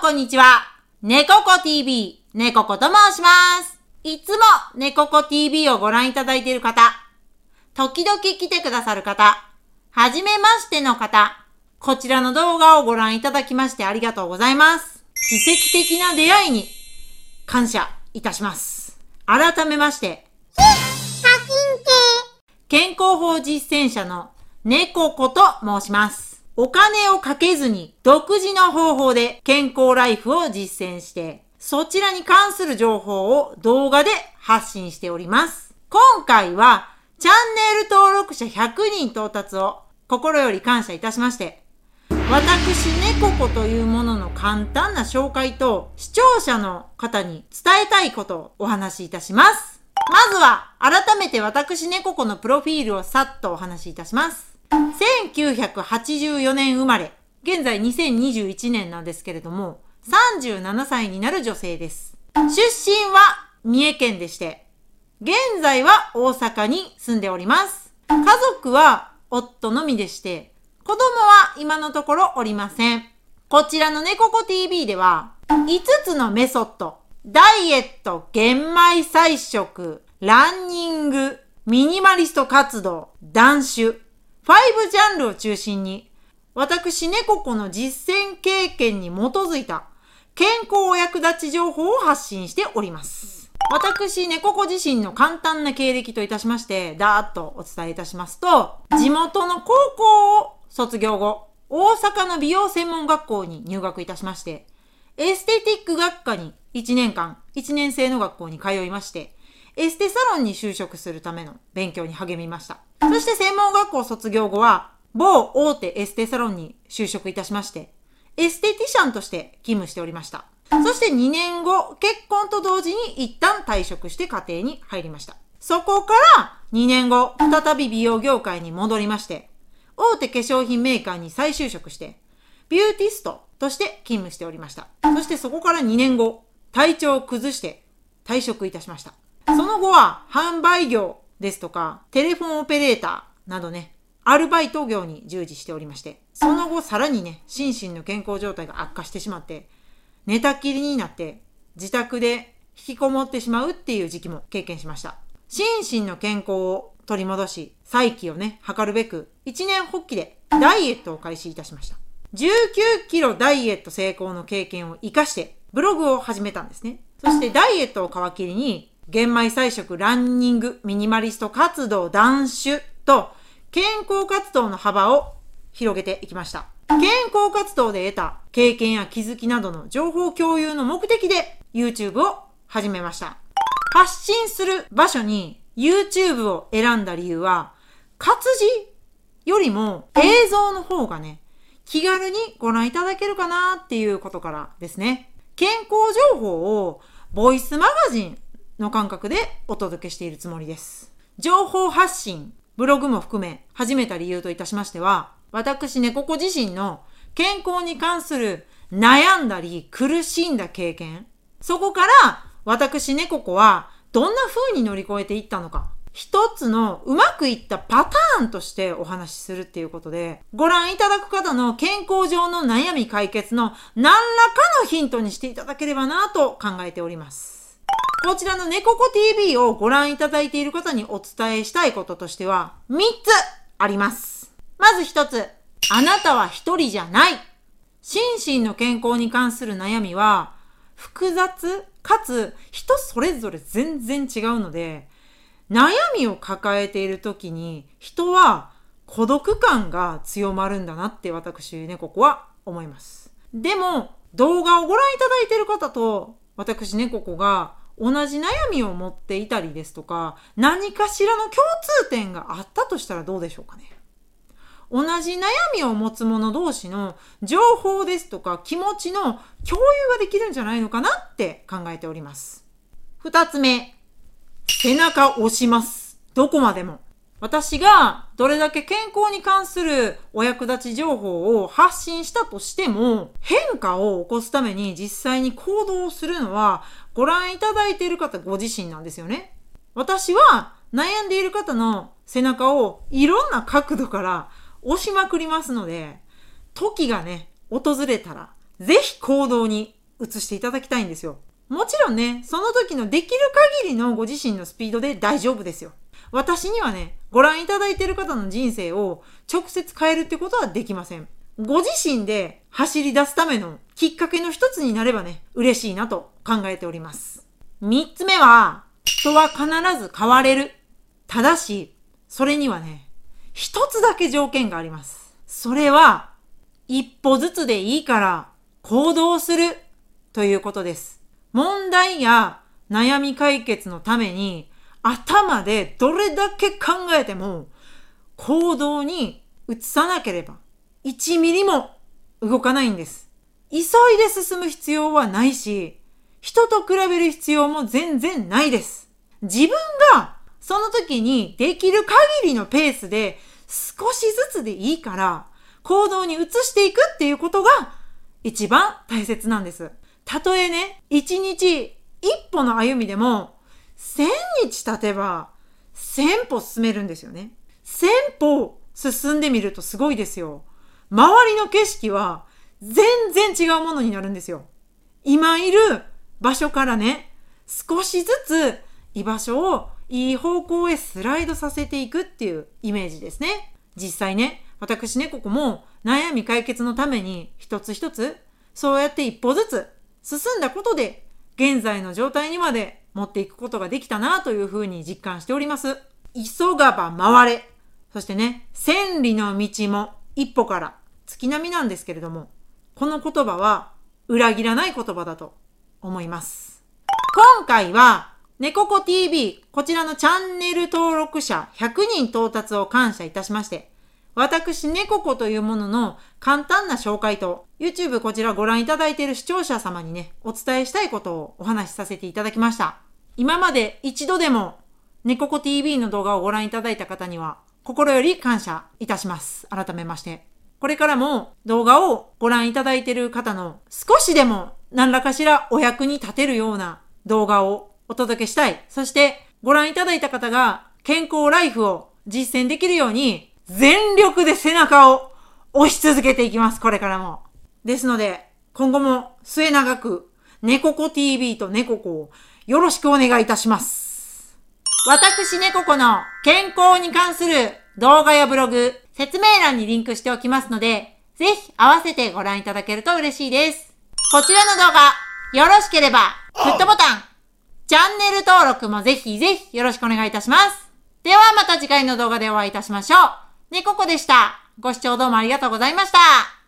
こんにちは。ねここ TV、ねここと申します。いつもねここ TV をご覧いただいている方、時々来てくださる方、はじめましての方、こちらの動画をご覧いただきましてありがとうございます。奇跡的な出会いに感謝いたします。改めまして、健康法実践者のねここと申します。お金をかけずに独自の方法で健康ライフを実践して、そちらに関する情報を動画で発信しております。今回はチャンネル登録者100人到達を心より感謝いたしまして、私ねここというものの簡単な紹介と視聴者の方に伝えたいことをお話しいたします。まずは改めて私ねここのプロフィールをさっとお話しいたします。1984年生まれ、現在2021年なんですけれども、37歳になる女性です。出身は三重県でして、現在は大阪に住んでおります。家族は夫のみでして、子供は今のところおりません。こちらのねここ TV では、5つのメソッド、ダイエット、玄米菜食、ランニング、ミニマリスト活動、断酒、5ジャンルを中心に、私ねここの実践経験に基づいた健康お役立ち情報を発信しております。私ねここ自身の簡単な経歴といたしまして、だーっとお伝えいたしますと、地元の高校を卒業後、大阪の美容専門学校に入学いたしまして、エステティック学科に1年間、1年生の学校に通いまして、エステサロンに就職するための勉強に励みました。そして専門学校卒業後は、某大手エステサロンに就職いたしまして、エステティシャンとして勤務しておりました。そして2年後、結婚と同時に一旦退職して家庭に入りました。そこから2年後、再び美容業界に戻りまして、大手化粧品メーカーに再就職して、ビューティストとして勤務しておりました。そしてそこから2年後、体調を崩して退職いたしました。その後は販売業ですとか、テレフォンオペレーターなどね、アルバイト業に従事しておりまして、その後さらにね、心身の健康状態が悪化してしまって、寝たきりになって自宅で引きこもってしまうっていう時期も経験しました。心身の健康を取り戻し、再起をね、図るべく、一年発起でダイエットを開始いたしました。19キロダイエット成功の経験を活かして、ブログを始めたんですね。そしてダイエットを皮切りに、玄米菜食、ランニング、ミニマリスト活動、断酒と健康活動の幅を広げていきました。健康活動で得た経験や気づきなどの情報共有の目的で YouTube を始めました。発信する場所に YouTube を選んだ理由は、活字よりも映像の方がね、気軽にご覧いただけるかなっていうことからですね。健康情報をボイスマガジンの感覚でお届けしているつもりです。情報発信、ブログも含め始めた理由といたしましては、私ねここ自身の健康に関する悩んだり苦しんだ経験、そこから私ねここはどんな風に乗り越えていったのか、一つのうまくいったパターンとしてお話しするっていうことで、ご覧いただく方の健康上の悩み解決の何らかのヒントにしていただければなと考えております。こちらのねここ TV をご覧いただいている方にお伝えしたいこととしては3つあります。まず1つ、あなたは一人じゃない。心身の健康に関する悩みは複雑かつ人それぞれ全然違うので、悩みを抱えている時に人は孤独感が強まるんだなって私ねここは思います。でも動画をご覧いただいている方と私ねここが同じ悩みを持っていたりですとか、何かしらの共通点があったとしたらどうでしょうかね。同じ悩みを持つ者同士の情報ですとか気持ちの共有ができるんじゃないのかなって考えております。二つ目、背中を押します。どこまでも。私がどれだけ健康に関するお役立ち情報を発信したとしても、変化を起こすために実際に行動するのはご覧いただいている方ご自身なんですよね。私は悩んでいる方の背中をいろんな角度から押しまくりますので、時がね、訪れたらぜひ行動に移していただきたいんですよ。もちろんね、その時のできる限りのご自身のスピードで大丈夫ですよ。私にはね、ご覧いただいている方の人生を直接変えるってことはできません。ご自身で走り出すためのきっかけの一つになればね、嬉しいなと考えております。3つ目は、人は必ず変われる。ただし、それにはね、一つだけ条件があります。それは、一歩ずつでいいから行動するということです。問題や悩み解決のために頭でどれだけ考えても行動に移さなければ1ミリも動かないんです。急いで進む必要はないし、人と比べる必要も全然ないです。自分がその時にできる限りのペースで少しずつでいいから行動に移していくっていうことが一番大切なんです。たとえね、1日1歩の歩みでも1000日経てば1000歩進めるんですよね。1000歩進んでみるとすごいですよ。周りの景色は全然違うものになるんですよ。今いる場所からね、少しずつ居場所をいい方向へスライドさせていくっていうイメージですね。実際ね、私ね、ここも悩み解決のために一つ一つ、そうやって一歩ずつ進んだことで、現在の状態にまで持っていくことができたなというふうに実感しております。急がば回れ。そしてね、千里の道も一歩から月並みなんですけれども、この言葉は裏切らない言葉だと思います。今回は、ねここ TV、こちらのチャンネル登録者100人到達を感謝いたしまして、私ねここというものの簡単な紹介と YouTube こちらご覧いただいている視聴者様にね、お伝えしたいことをお話しさせていただきました。今まで一度でもねここ TV の動画をご覧いただいた方には心より感謝いたします。改めまして。これからも動画をご覧いただいている方の少しでも何らかしらお役に立てるような動画をお届けしたい。そしてご覧いただいた方が健康ライフを実践できるように全力で背中を押し続けていきます。これからも。ですので、今後も末永く、ねここ TV とねここをよろしくお願いいたします。私ねここの健康に関する動画やブログ、説明欄にリンクしておきますので、ぜひ合わせてご覧いただけると嬉しいです。こちらの動画、よろしければ、グッドボタン、チャンネル登録もぜひぜひよろしくお願いいたします。ではまた次回の動画でお会いいたしましょう。ねここでした。ご視聴どうもありがとうございました。